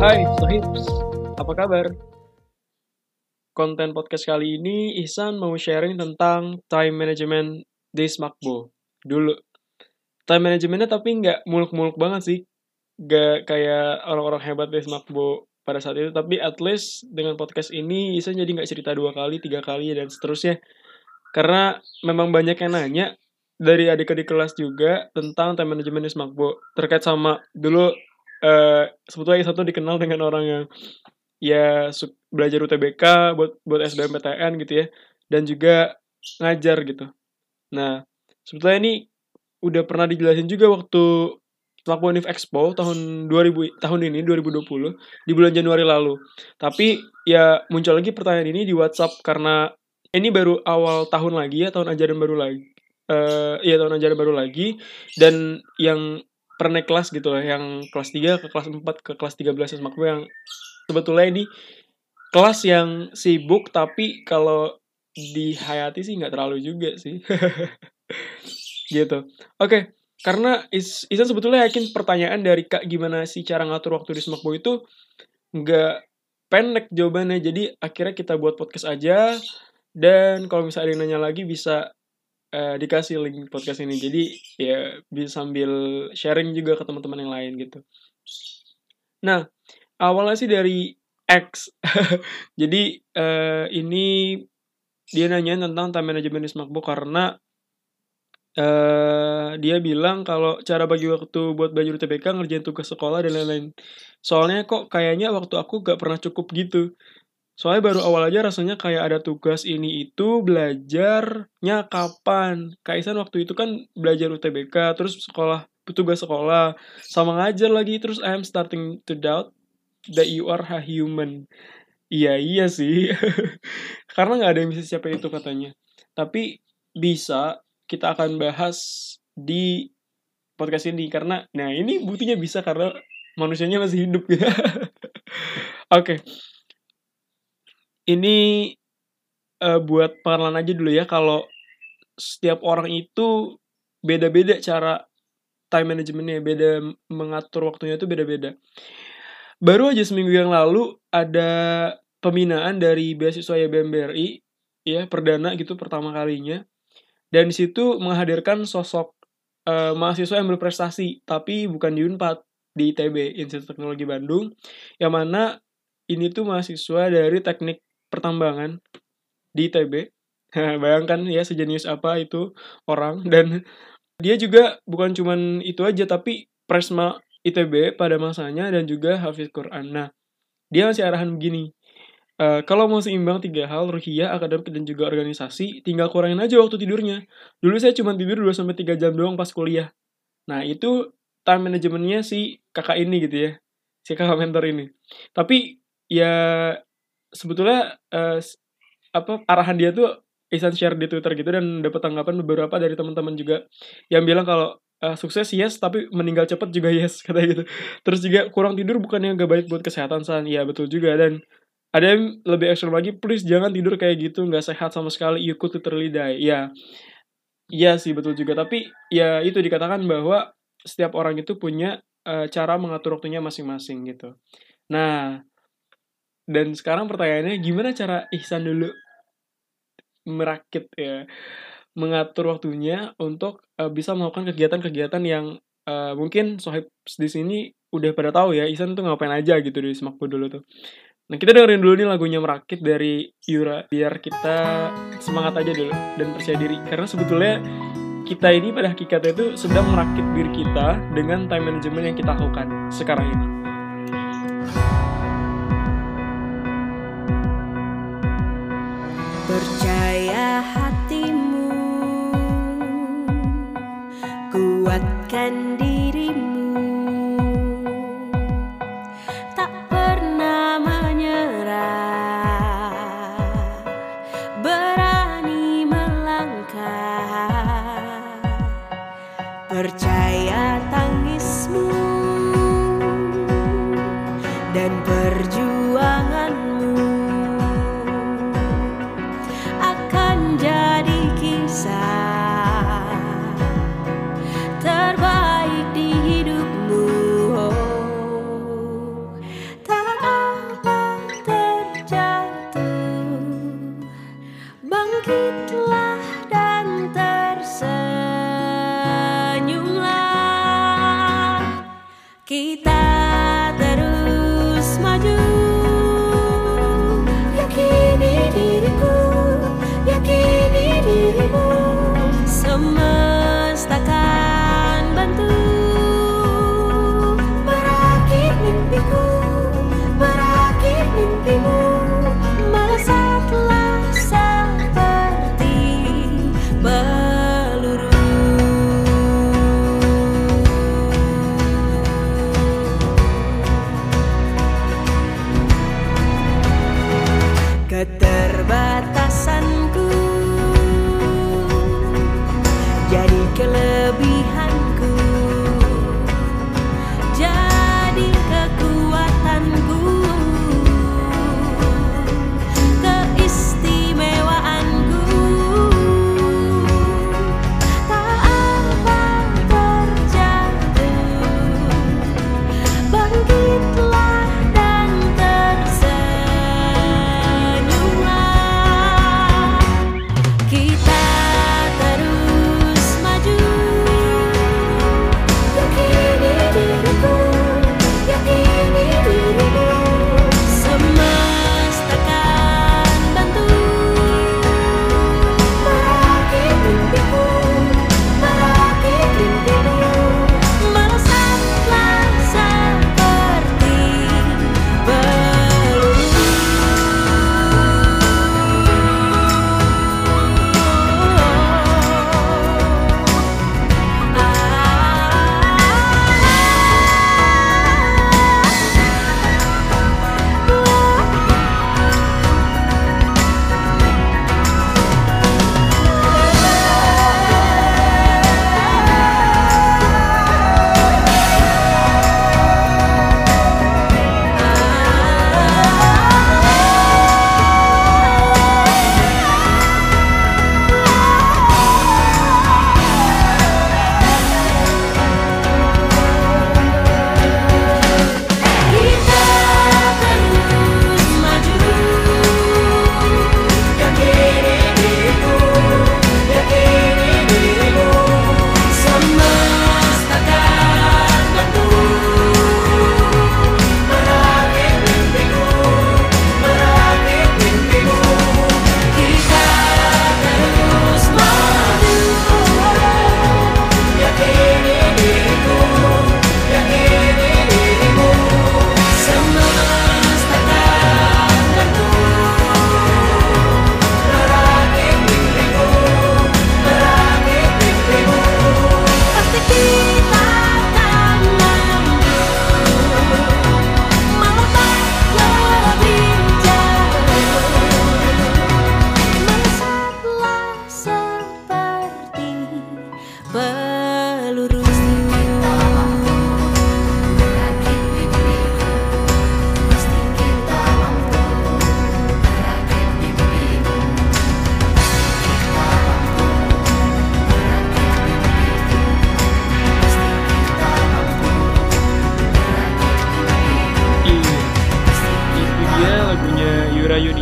Hai Sohibs, apa kabar? Konten podcast kali ini Ihsan mau sharing tentang time management di Smakbo. Dulu, time managementnya tapi nggak muluk-muluk banget sih. Nggak kayak orang-orang hebat di Smakbo pada saat itu. Tapi at least dengan podcast ini Ihsan jadi nggak cerita 2 kali, 3 kali, dan seterusnya. Karena memang banyak yang nanya dari adik-adik kelas juga tentang time management di Smakbo. Terkait sama dulu, sebetulnya Ihsan tuh dikenal dengan orang yang ya belajar UTBK buat SBMPTN gitu ya, dan juga ngajar gitu. Nah, sebetulnya ini udah pernah dijelasin juga waktu Lakbon Univ Expo tahun ini 2020 di bulan Januari lalu. Tapi ya muncul lagi pertanyaan ini di WhatsApp karena ini baru awal tahun lagi ya, tahun ajaran baru lagi. Tahun ajaran baru lagi, dan yang per naik kelas gitu lah, yang kelas 3 ke kelas 4 ke kelas 13 Smakbo, yang sebetulnya ini kelas yang sibuk, tapi kalau dihayati sih nggak terlalu juga sih. Gitu. Oke, karena Isan sebetulnya yakin pertanyaan dari Kak gimana sih cara ngatur waktu di Smakbo itu nggak pendek jawabannya. Jadi akhirnya kita buat podcast aja, dan kalau misalnya ada yang nanya lagi bisa dikasih link podcast ini. Jadi ya bisa sambil sharing juga ke teman-teman yang lain gitu. Nah, awalnya sih dari X. Jadi ini dia nanyain tentang time management di Smakbo karena dia bilang kalau cara bagi waktu buat belajar UTBK, ngerjain tugas sekolah, dan lain-lain. Soalnya kok kayaknya waktu aku gak pernah cukup gitu. Soalnya baru awal aja rasanya kayak ada tugas ini itu, belajarnya kapan. Kak Isan waktu itu kan belajar UTBK, terus tugas sekolah, sama ngajar lagi, terus I am starting to doubt that you are a human. Iya sih. Karena nggak ada yang bisa siapa itu katanya. Tapi bisa kita akan bahas di podcast ini karena ini buktinya bisa karena manusianya masih hidup ya. Oke. Ini buat pengenalan aja dulu ya, kalau setiap orang itu beda-beda cara time managementnya, beda mengatur waktunya itu beda-beda. Baru aja seminggu yang lalu ada pembinaan dari beasiswa YBM BRI, ya perdana gitu, pertama kalinya. Dan di situ menghadirkan sosok mahasiswa yang berprestasi, tapi bukan di Unpad, di ITB, Institut Teknologi Bandung, yang mana ini tuh mahasiswa dari teknik pertambangan di ITB. Bayangkan ya sejenius apa itu orang. Dan dia juga bukan cuman itu aja, tapi Presma ITB pada masanya dan juga hafiz Quran. Nah, dia ngasih arahan begini. Kalau mau seimbang 3 hal, ruhiyah, akademik, dan juga organisasi, tinggal kurangin aja waktu tidurnya. Dulu saya cuma tidur 2-3 jam doang pas kuliah. Nah, itu time manajemennya si kakak ini gitu ya. Si kakak mentor ini. Tapi ya sebetulnya arahan dia tuh Ihsan share di Twitter gitu, dan dapat tanggapan beberapa dari teman-teman juga yang bilang kalau sukses yes, tapi meninggal cepat juga yes, katanya gitu. Terus juga kurang tidur bukannya gak baik buat kesehatan, San. Iya betul juga. Dan ada yang lebih ekstrem lagi, please jangan tidur kayak gitu, nggak sehat sama sekali, you could literally die. Ya, iya sih betul juga. Tapi ya itu dikatakan bahwa setiap orang itu punya cara mengatur waktunya masing-masing gitu. Nah, dan sekarang pertanyaannya, gimana cara Ihsan dulu merakit ya, mengatur waktunya untuk bisa melakukan kegiatan-kegiatan yang mungkin Sohib di sini udah pada tahu ya, Ihsan tuh ngapain aja gitu di Smakbo dulu tuh. Nah, kita dengerin dulu nih lagunya Merakit dari Yura, biar kita semangat aja dulu dan percaya diri. Karena sebetulnya kita ini pada hakikatnya itu sedang merakit diri kita dengan time management yang kita lakukan sekarang ini. Percaya hatimu, kuatkan dirimu, tak pernah menyerah, berani melangkah. Percaya tangismu dan perjuanganmu akan jadi kisah terbaik di hidupmu. Tak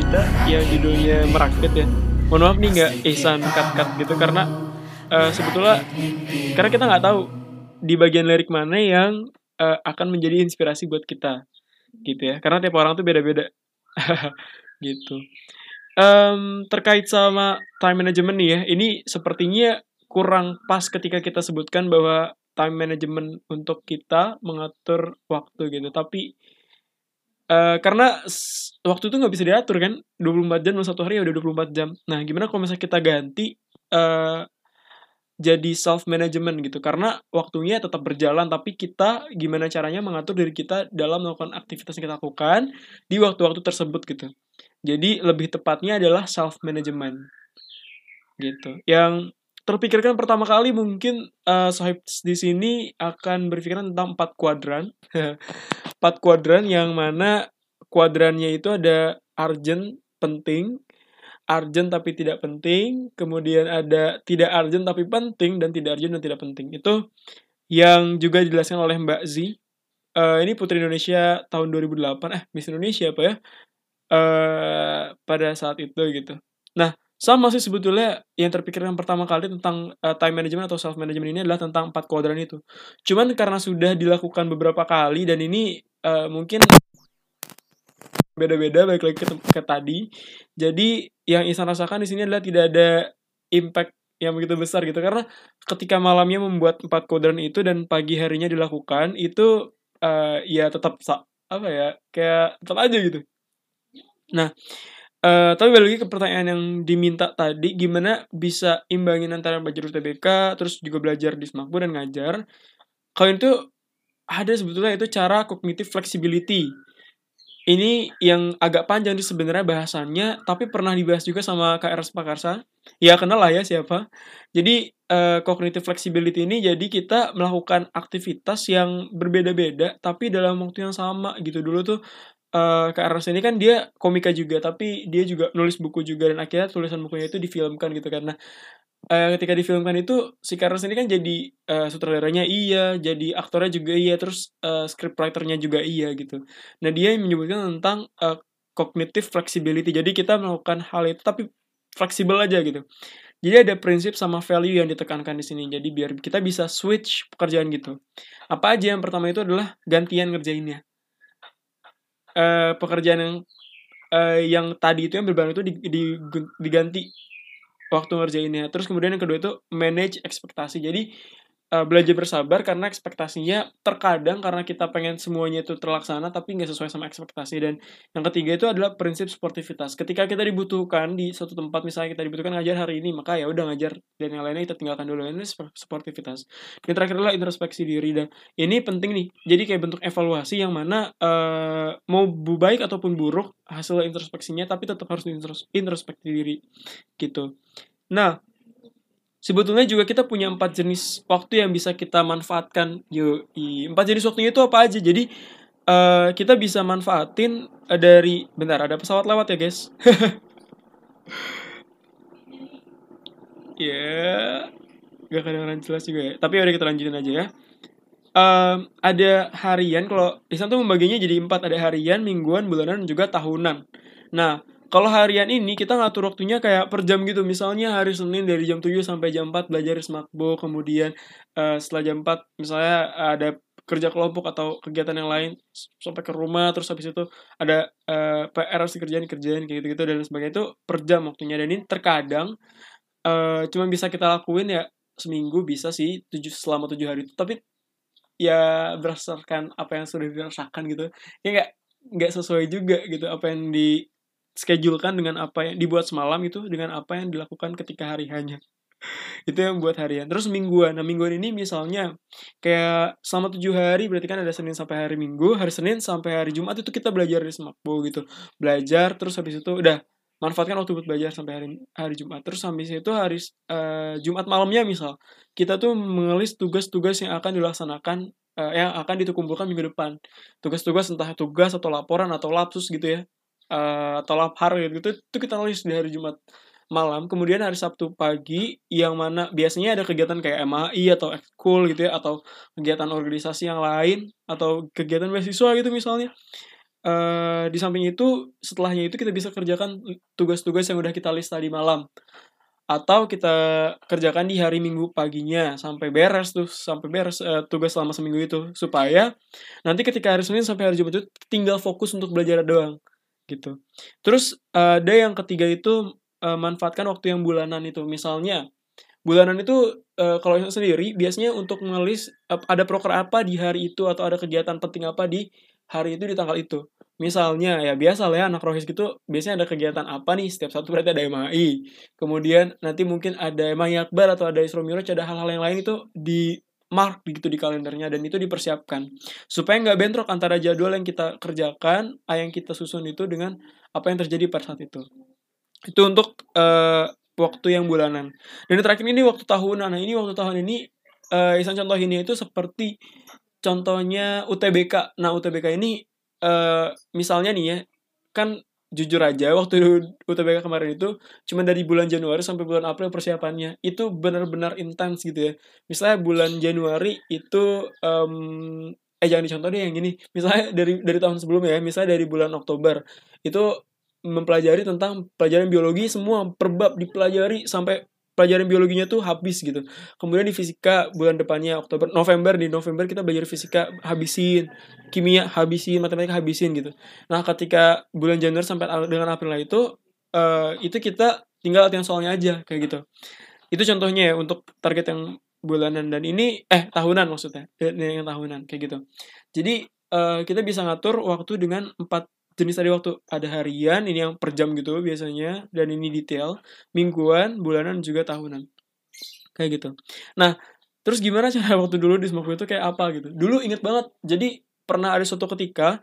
kita yang judulnya merakit ya. Mohon maaf nih nggak Ihsan cut gitu karena sebetulnya karena kita nggak tahu di bagian lirik mana yang akan menjadi inspirasi buat kita gitu ya. Karena tiap orang tuh beda-beda gitu. Terkait sama time management nih ya, ini sepertinya kurang pas ketika kita sebutkan bahwa time management untuk kita mengatur waktu gitu. Tapi karena waktu itu nggak bisa diatur kan, 24 jam dalam satu hari ya udah 24 jam. Nah, gimana kalau misalnya kita ganti jadi self management gitu, karena waktunya tetap berjalan tapi kita gimana caranya mengatur diri kita dalam melakukan aktivitas yang kita lakukan di waktu-waktu tersebut gitu. Jadi lebih tepatnya adalah self management gitu. Yang terpikirkan pertama kali mungkin Sohib di sini akan berpikiran tentang 4 kuadran. 4 kuadran yang mana kuadrannya itu ada urgent, penting, urgent tapi tidak penting, kemudian ada tidak urgent tapi penting, dan tidak urgent dan tidak penting. Itu yang juga dijelaskan oleh Mbak Z. Ini Putri Indonesia tahun 2008, Miss Indonesia apa ya? Pada saat itu gitu. Nah, sama sih sebetulnya yang terpikirkan pertama kali tentang time management atau self management ini adalah tentang 4 kuadran itu. Cuman karena sudah dilakukan beberapa kali dan ini mungkin beda-beda balik lagi ke tadi. Jadi yang Ihsan rasakan di sini adalah tidak ada impact yang begitu besar gitu karena ketika malamnya membuat 4 kuadran itu dan pagi harinya dilakukan itu ya tetap apa ya kayak tetap aja gitu. Nah, tapi balik lagi ke pertanyaan yang diminta tadi, gimana bisa imbangin antara belajar UTBK, terus juga belajar di Semakbo dan ngajar. Kalau itu ada sebetulnya itu cara cognitive flexibility. Ini yang agak panjang sih sebenarnya bahasannya, tapi pernah dibahas juga sama Kak Eras Pakarsa. Ya kenal lah ya siapa. Jadi cognitive flexibility ini jadi kita melakukan aktivitas yang berbeda-beda, tapi dalam waktu yang sama gitu. Dulu tuh Kak Eras ini kan dia komika juga, tapi dia juga nulis buku juga dan akhirnya tulisan bukunya itu difilmkan gitu kan. Nah, ketika difilmkan itu si Kak Eras ini kan jadi sutradaranya iya, jadi aktornya juga iya, terus scriptwriter-nya juga iya gitu. Nah, dia menyebutkan tentang cognitive flexibility. Jadi kita melakukan hal itu tapi fleksibel aja gitu. Jadi ada prinsip sama value yang ditekankan di sini. Jadi biar kita bisa switch pekerjaan gitu. Apa aja yang pertama itu adalah gantian ngerjainnya. Pekerjaan yang tadi itu yang berbareng itu diganti waktu ngerjainnya. Terus kemudian yang kedua itu manage ekspektasi. Jadi belajar bersabar karena ekspektasinya terkadang karena kita pengen semuanya itu terlaksana tapi nggak sesuai sama ekspektasi. Dan yang ketiga itu adalah prinsip sportivitas. Ketika kita dibutuhkan di suatu tempat, misalnya kita dibutuhkan ngajar hari ini, maka ya udah ngajar dan yang lainnya kita tinggalkan dulu. Ini sportivitas. Yang terakhir adalah introspeksi diri dan ini penting nih. Jadi kayak bentuk evaluasi yang mana mau baik ataupun buruk hasil introspeksinya tapi tetap harus introspeksi diri gitu. Nah, sebetulnya juga kita punya 4 jenis waktu yang bisa kita manfaatkan. 4 jenis waktunya itu apa aja? Jadi kita bisa manfaatin dari bentar ada pesawat lewat ya guys. Ya, gak kedengeran jelas juga ya. Tapi udah kita lanjutin aja ya. Ada harian, kalau di sana tuh membaginya jadi 4, ada harian, mingguan, bulanan, dan juga tahunan. Nah, kalau harian ini kita ngatur waktunya kayak per jam gitu. Misalnya hari Senin dari jam 7 sampai jam 4 belajar di Semakbo, kemudian setelah jam 4 misalnya ada kerja kelompok atau kegiatan yang lain sampai ke rumah, terus habis itu ada PR harus dikerjain kayak gitu-gitu dan sebagainya. Itu per jam waktunya, dan ini terkadang cuma bisa kita lakuin ya seminggu bisa sih selama 7 hari itu, tapi ya berdasarkan apa yang sudah dirasakan gitu ya nggak sesuai juga gitu apa yang di schedulekan dengan apa yang dibuat semalam itu dengan apa yang dilakukan ketika hari hanya itu yang buat harian. Terus mingguan, nah mingguan ini misalnya kayak selama 7 hari berarti kan ada Senin sampai hari Minggu, hari Senin sampai hari Jumat itu kita belajar di Semakbo gitu, belajar terus habis itu udah manfaatkan waktu buat belajar sampai hari Jumat. Terus habis itu hari Jumat malamnya misal kita tuh mengelis tugas-tugas yang akan dilaksanakan yang akan dikumpulkan minggu depan. Tugas-tugas entah tugas atau laporan atau lapsus gitu ya. Atau laphar gitu itu kita nulis di hari Jumat malam. Kemudian hari Sabtu pagi yang mana biasanya ada kegiatan kayak MAI atau ekskul gitu ya, atau kegiatan organisasi yang lain atau kegiatan beasiswa gitu misalnya. Di samping itu, setelahnya itu kita bisa kerjakan tugas-tugas yang udah kita list tadi malam. Atau kita kerjakan di hari Minggu paginya sampai beres tuh, sampai beres tugas selama seminggu itu. Supaya nanti ketika hari Senin sampai hari Jumat itu tinggal fokus untuk belajar doang gitu. Terus ada yang ketiga itu manfaatkan waktu yang bulanan itu. Misalnya bulanan itu kalau Ihsan sendiri biasanya untuk ngelis ada proker apa di hari itu atau ada kegiatan penting apa di hari itu di tanggal itu. Misalnya ya biasa lah ya anak rohis gitu biasanya ada kegiatan apa nih setiap Sabtu berarti ada MAI. Kemudian nanti mungkin ada MAI Akbar atau ada Isra Mi'raj ada hal-hal yang lain itu di mark gitu di kalendernya dan itu dipersiapkan supaya nggak bentrok antara jadwal yang kita kerjakan, yang kita susun itu dengan apa yang terjadi pada saat itu. Itu untuk waktu yang bulanan. Dan yang terakhir ini waktu tahunan. Nah, ini waktu tahun ini Ihsan contohinnya itu seperti contohnya UTBK. Nah, UTBK ini misalnya nih ya, kan jujur aja waktu UTBK kemarin itu cuma dari bulan Januari sampai bulan April persiapannya. Itu benar-benar intens gitu ya. Misalnya bulan Januari itu jangan dicontoh deh yang gini. Misalnya dari tahun sebelumnya ya, misalnya dari bulan Oktober itu mempelajari tentang pelajaran biologi semua per bab dipelajari sampai pelajaran biologinya tuh habis gitu. Kemudian di fisika bulan depannya November kita belajar fisika habisin, kimia habisin, matematika habisin gitu. Nah, ketika bulan Januari sampai dengan April itu kita tinggal latihan soalnya aja kayak gitu. Itu contohnya ya untuk target yang bulanan dan ini tahunan maksudnya. Yang tahunan kayak gitu. Jadi kita bisa ngatur waktu dengan 4 jenis tadi waktu. Ada harian, ini yang per jam gitu biasanya, dan ini detail, mingguan, bulanan, juga tahunan. Kayak gitu. Nah, terus gimana cara waktu dulu di Smokebu itu kayak apa gitu. Dulu inget banget, jadi pernah ada suatu ketika,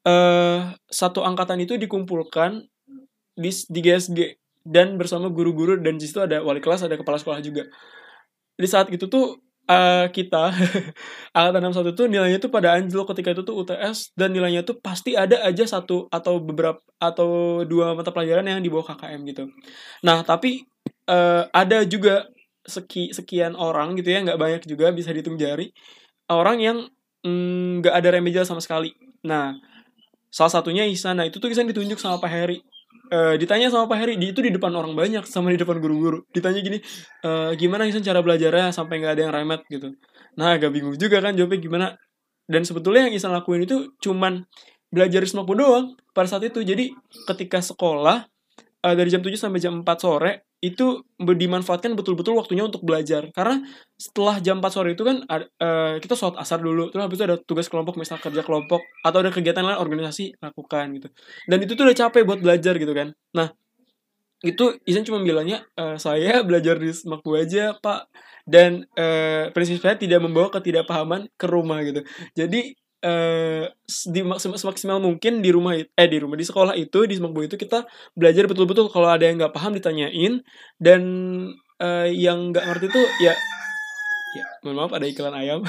satu angkatan itu dikumpulkan di GSG, dan bersama guru-guru, dan di situ ada wali kelas, ada kepala sekolah juga. Di saat itu tuh kita angkatan 61 tuh nilainya tuh pada anjlok ketika itu tuh UTS dan nilainya tuh pasti ada aja satu atau beberapa atau dua mata pelajaran yang di bawah KKM gitu. Nah, tapi ada juga sekian orang gitu ya, nggak banyak juga bisa dihitung jari orang yang nggak ada remedial sama sekali. Nah, salah satunya Ihsan. Nah, itu tuh Ihsan ditunjuk sama Pak Heri. Ditanya sama Pak Heri, itu di depan orang banyak sama di depan guru-guru. Ditanya gini, gimana Ihsan cara belajarnya sampai nggak ada yang remet gitu. Nah, agak bingung juga kan jawabnya gimana. Dan sebetulnya yang Ihsan lakuin itu cuman belajar di Smokebu doang pada saat itu. Jadi ketika sekolah dari jam 7 sampai jam 4 sore itu dimanfaatkan betul-betul waktunya untuk belajar. Karena setelah jam 4 sore itu kan kita sholat asar dulu, terus habis itu ada tugas kelompok, misal kerja kelompok atau ada kegiatan lain organisasi lakukan gitu. Dan itu tuh udah capek buat belajar gitu kan. Nah, itu Ihsan cuma bilangnya saya belajar di Smokebu aja Pak, dan prinsip saya tidak membawa ketidakpahaman ke rumah gitu. Jadi semaksimal mungkin di sekolah itu di Smokebu itu kita belajar betul-betul. Kalau ada yang nggak paham ditanyain, dan yang nggak ngerti tuh ya mohon maaf ada iklan ayam.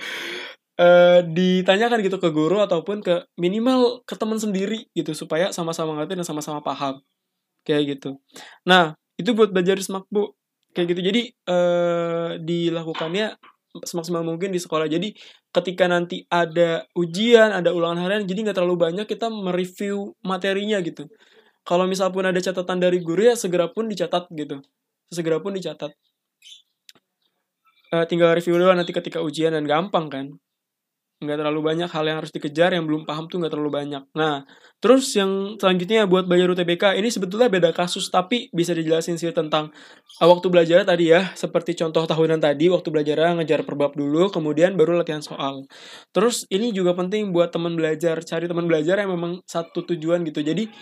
Ditanyakan gitu ke guru ataupun ke minimal ke teman sendiri gitu supaya sama-sama ngerti dan sama-sama paham. Kayak gitu. Nah, itu buat belajar di Smokebu. Kayak gitu. Jadi, dilakukannya semaksimal mungkin di sekolah. Jadi, ketika nanti ada ujian, ada ulangan harian, jadi nggak terlalu banyak kita mereview materinya gitu. Kalau misal pun ada catatan dari guru ya segera pun dicatat gitu. Segera pun dicatat. Tinggal review doang nanti ketika ujian dan gampang kan. Nggak terlalu banyak hal yang harus dikejar, yang belum paham tuh nggak terlalu banyak. Nah, terus yang selanjutnya buat belajar UTBK, ini sebetulnya beda kasus, tapi bisa dijelasin sih tentang waktu belajar tadi ya, seperti contoh tahunan tadi, waktu belajar ngejar per bab dulu, kemudian baru latihan soal. Terus ini juga penting buat teman belajar, cari teman belajar yang memang satu tujuan gitu. Jadi,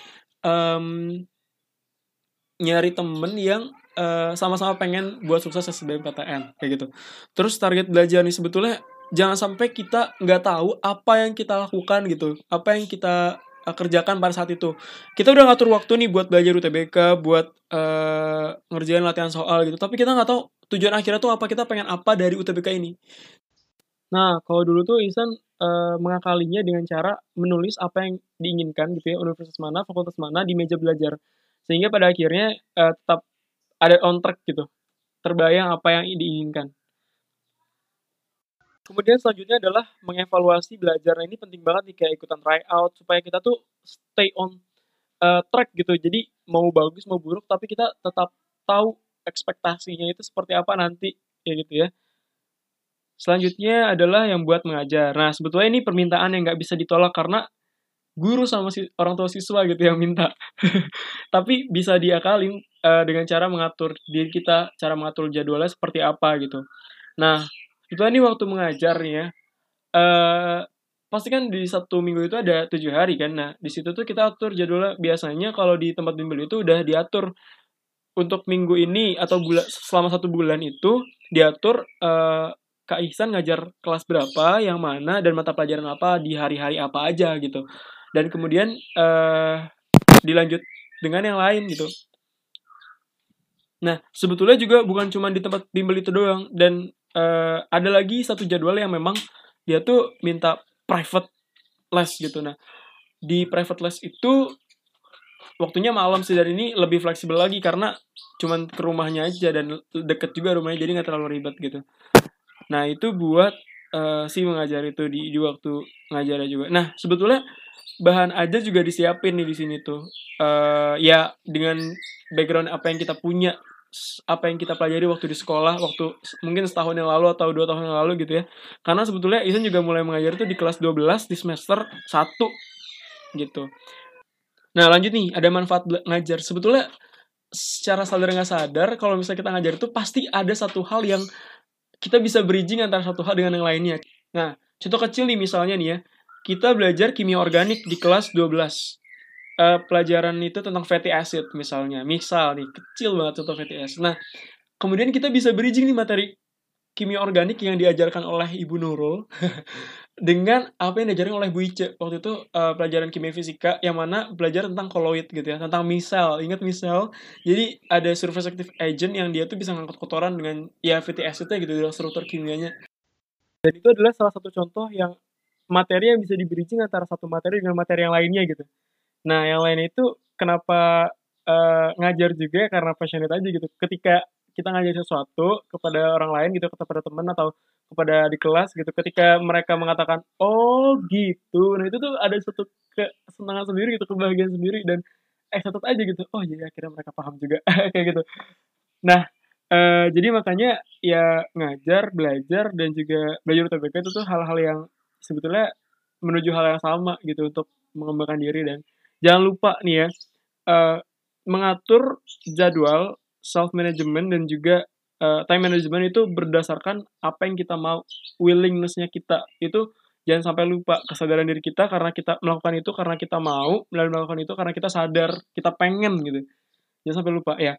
nyari temen yang sama-sama pengen buat sukses SBMPTN kayak gitu. Terus target belajar nih sebetulnya jangan sampai kita nggak tahu apa yang kita lakukan gitu, apa yang kita kerjakan pada saat itu. Kita udah ngatur waktu nih buat belajar UTBK, buat ngerjain latihan soal gitu, tapi kita nggak tahu tujuan akhirnya tuh apa, kita pengen apa dari UTBK ini. Nah, kalau dulu tuh Ihsan mengakalinya dengan cara menulis apa yang diinginkan gitu ya, universitas mana, fakultas mana di meja belajar. Sehingga pada akhirnya tetap ada on track gitu, terbayang apa yang diinginkan. Kemudian selanjutnya adalah mengevaluasi belajar. Nah, ini penting banget nih kayak ikutan tryout supaya kita tuh stay on track gitu. Jadi mau bagus mau buruk tapi kita tetap tahu ekspektasinya itu seperti apa nanti kayak gitu ya. Selanjutnya adalah yang buat mengajar. Nah, sebetulnya ini permintaan yang nggak bisa ditolak karena guru sama orang tua siswa gitu yang minta. Tapi bisa diakalin dengan cara mengatur diri kita, cara mengatur jadwalnya seperti apa gitu. Nah, itu nih waktu mengajar nih ya. eh Pasti kan di satu minggu itu ada 7 hari kan. Nah, di situ tuh kita atur jadwalnya. Biasanya kalau di tempat bimbel itu udah diatur untuk minggu ini atau selama 1 bulan itu diatur Kak Ihsan ngajar kelas berapa, yang mana, dan mata pelajaran apa di hari-hari apa aja gitu. Dan kemudian dilanjut dengan yang lain gitu. Nah, sebetulnya juga bukan cuma di tempat bimbel itu doang. Dan ada lagi satu jadwal yang memang dia tuh minta private les gitu. Nah, di private les itu waktunya malam sih, dan ini lebih fleksibel lagi karena cuman ke rumahnya aja dan deket juga rumahnya, jadi nggak terlalu ribet gitu. Nah, itu buat si mengajar itu di waktu ngajarnya juga. Nah, sebetulnya bahan aja juga disiapin nih di sini tuh. Ya dengan background apa yang kita punya, apa yang kita pelajari waktu di sekolah, waktu mungkin setahun yang lalu atau 2 tahun yang lalu gitu ya. Karena sebetulnya Ihsan juga mulai mengajar itu di kelas 12 di semester 1 gitu. Nah, lanjut nih, ada manfaat ngajar. Sebetulnya secara sadar nggak sadar, kalau misalnya kita ngajar itu pasti ada satu hal yang kita bisa bridging antara satu hal dengan yang lainnya. Nah, contoh kecil nih misalnya nih ya, kita belajar kimia organik di kelas 12. Pelajaran itu tentang fatty acid misalnya. Misal nih, kecil banget contoh fatty acid. Nah, kemudian kita bisa bridging nih materi kimia organik yang diajarkan oleh Ibu Nurul dengan apa yang diajarin oleh Bu Ice. Waktu itu pelajaran kimia fisika yang mana belajar tentang koloid gitu ya, tentang misel. Ingat misel? Jadi ada surface active agent yang dia tuh bisa ngangkut kotoran dengan ya fatty acid-nya gitu dalam struktur kimianya. Dan itu adalah salah satu contoh yang materi yang bisa di-bridging antara satu materi dengan materi yang lainnya gitu. Nah, yang lainnya itu kenapa ngajar juga karena passionate aja gitu. Ketika kita ngajar sesuatu kepada orang lain gitu, kepada teman atau kepada di kelas gitu, ketika mereka mengatakan, oh gitu, nah itu tuh ada satu kesenangan sendiri gitu, kebahagiaan sendiri, dan excited aja gitu, oh iya akhirnya mereka paham juga, kayak gitu. Nah, jadi makanya ya ngajar, belajar, dan juga belajar UTBK itu tuh hal-hal yang sebetulnya menuju hal yang sama gitu untuk mengembangkan diri. Dan jangan lupa nih ya, mengatur jadwal, self management, dan juga time management itu berdasarkan apa yang kita mau, willingness-nya kita itu jangan sampai lupa. Kesadaran diri kita karena kita melakukan itu karena kita mau, dan melakukan itu karena kita sadar, kita pengen gitu. Jangan sampai lupa ya.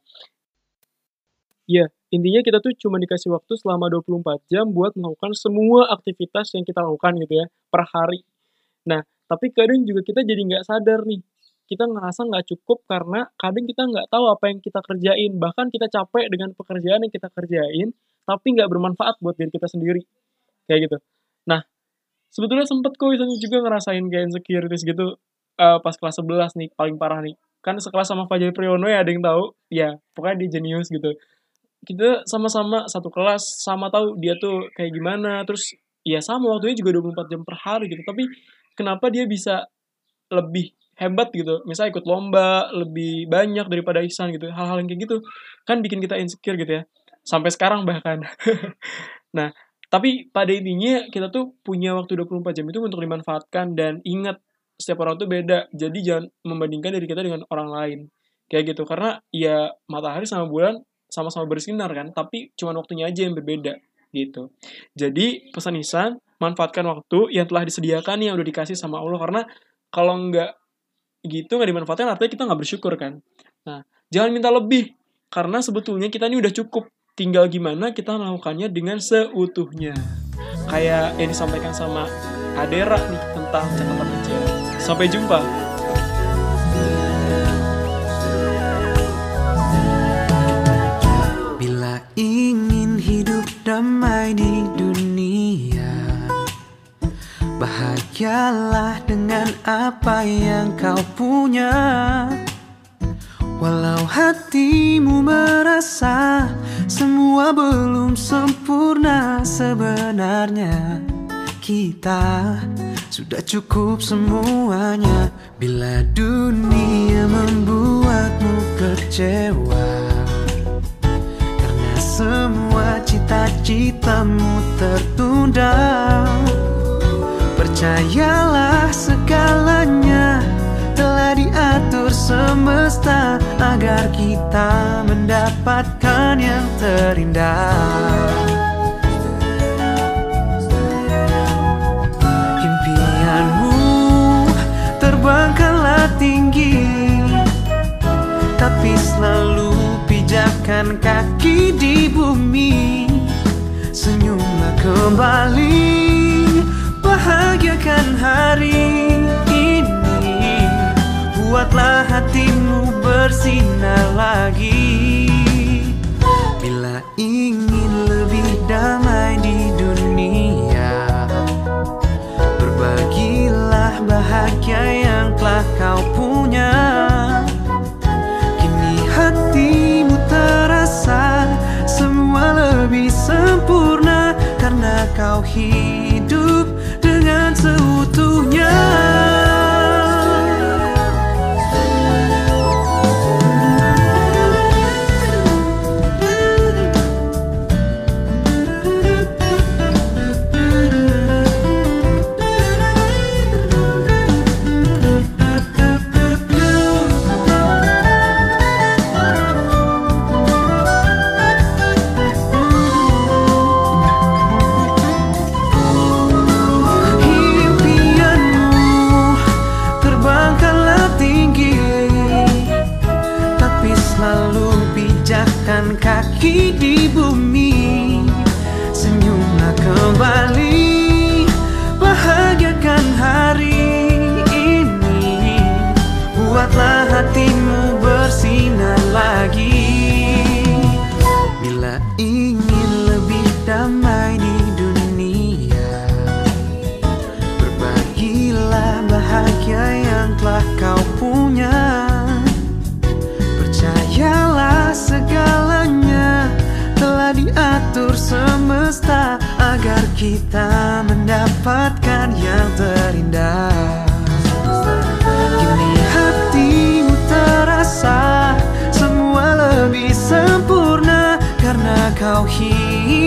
Ya, intinya kita tuh cuma dikasih waktu selama 24 jam buat melakukan semua aktivitas yang kita lakukan gitu ya, per hari. Nah, tapi kadang juga kita jadi nggak sadar nih, kita ngerasa nggak cukup karena kadang kita nggak tahu apa yang kita kerjain, bahkan kita capek dengan pekerjaan yang kita kerjain, tapi nggak bermanfaat buat diri kita sendiri, kayak gitu. Nah, sebetulnya sempet kok Ihsan juga ngerasain kayak insecurities gitu, pas kelas 11 nih, paling parah nih. Kan sekelas sama Fajar Priyono ya, ada yang tahu? Ya, pokoknya dia jenius gitu. Kita sama-sama satu kelas, sama tahu dia tuh kayak gimana, terus ya sama waktunya juga 24 jam per hari gitu, tapi kenapa dia bisa lebih hebat gitu, misalnya ikut lomba lebih banyak daripada Ihsan gitu, hal-hal yang kayak gitu kan bikin kita insecure gitu ya, sampai sekarang bahkan. Nah, tapi pada intinya kita tuh punya waktu 24 jam itu untuk dimanfaatkan, dan ingat setiap orang tuh beda, jadi jangan membandingkan diri kita dengan orang lain kayak gitu, karena ya matahari sama bulan sama-sama bersinar kan, tapi cuma waktunya aja yang berbeda gitu. Jadi pesan Ihsan, manfaatkan waktu yang telah disediakan, yang udah dikasih sama Allah, karena kalau nggak gitu, nggak dimanfaatkan, artinya kita nggak bersyukur kan. Nah, jangan minta lebih, karena sebetulnya kita ini udah cukup, tinggal gimana kita melakukannya dengan seutuhnya. Kayak yang disampaikan sama Adera nih tentang catatan kecil. Sampai jumpa. Damai di dunia, bahagialah dengan apa yang kau punya. Walau hatimu merasa semua belum sempurna, sebenarnya kita sudah cukup semuanya. Bila dunia membuatmu kecewa karena semua cita-citamu tertunda, percayalah segalanya telah diatur semesta agar kita mendapatkan yang terindah. Impianmu terbangkanlah tinggi, tapi selalu pijakkan kaki di bumi. Senyumlah kembali, bahagiakan hari ini. Buatlah hatimu bersinar lagi. Bila ingin lebih damai di dunia, berbagilah bahagia yang telah kau punya. Kini hatimu terasa semua lebih sempurna karena kau hidup dengan seutuhnya. Kaki di bumi, senyumlah kembali, bahagiakan hari ini. Buatlah hatimu bersinar lagi. Bila ingin lebih damai di dunia, berbagilah bahagia yang telah kau punya. Percayalah segalanya telah diatur semesta agar kita mendapatkan yang terindah. Kini hatimu terasa semua lebih sempurna karena kau hidup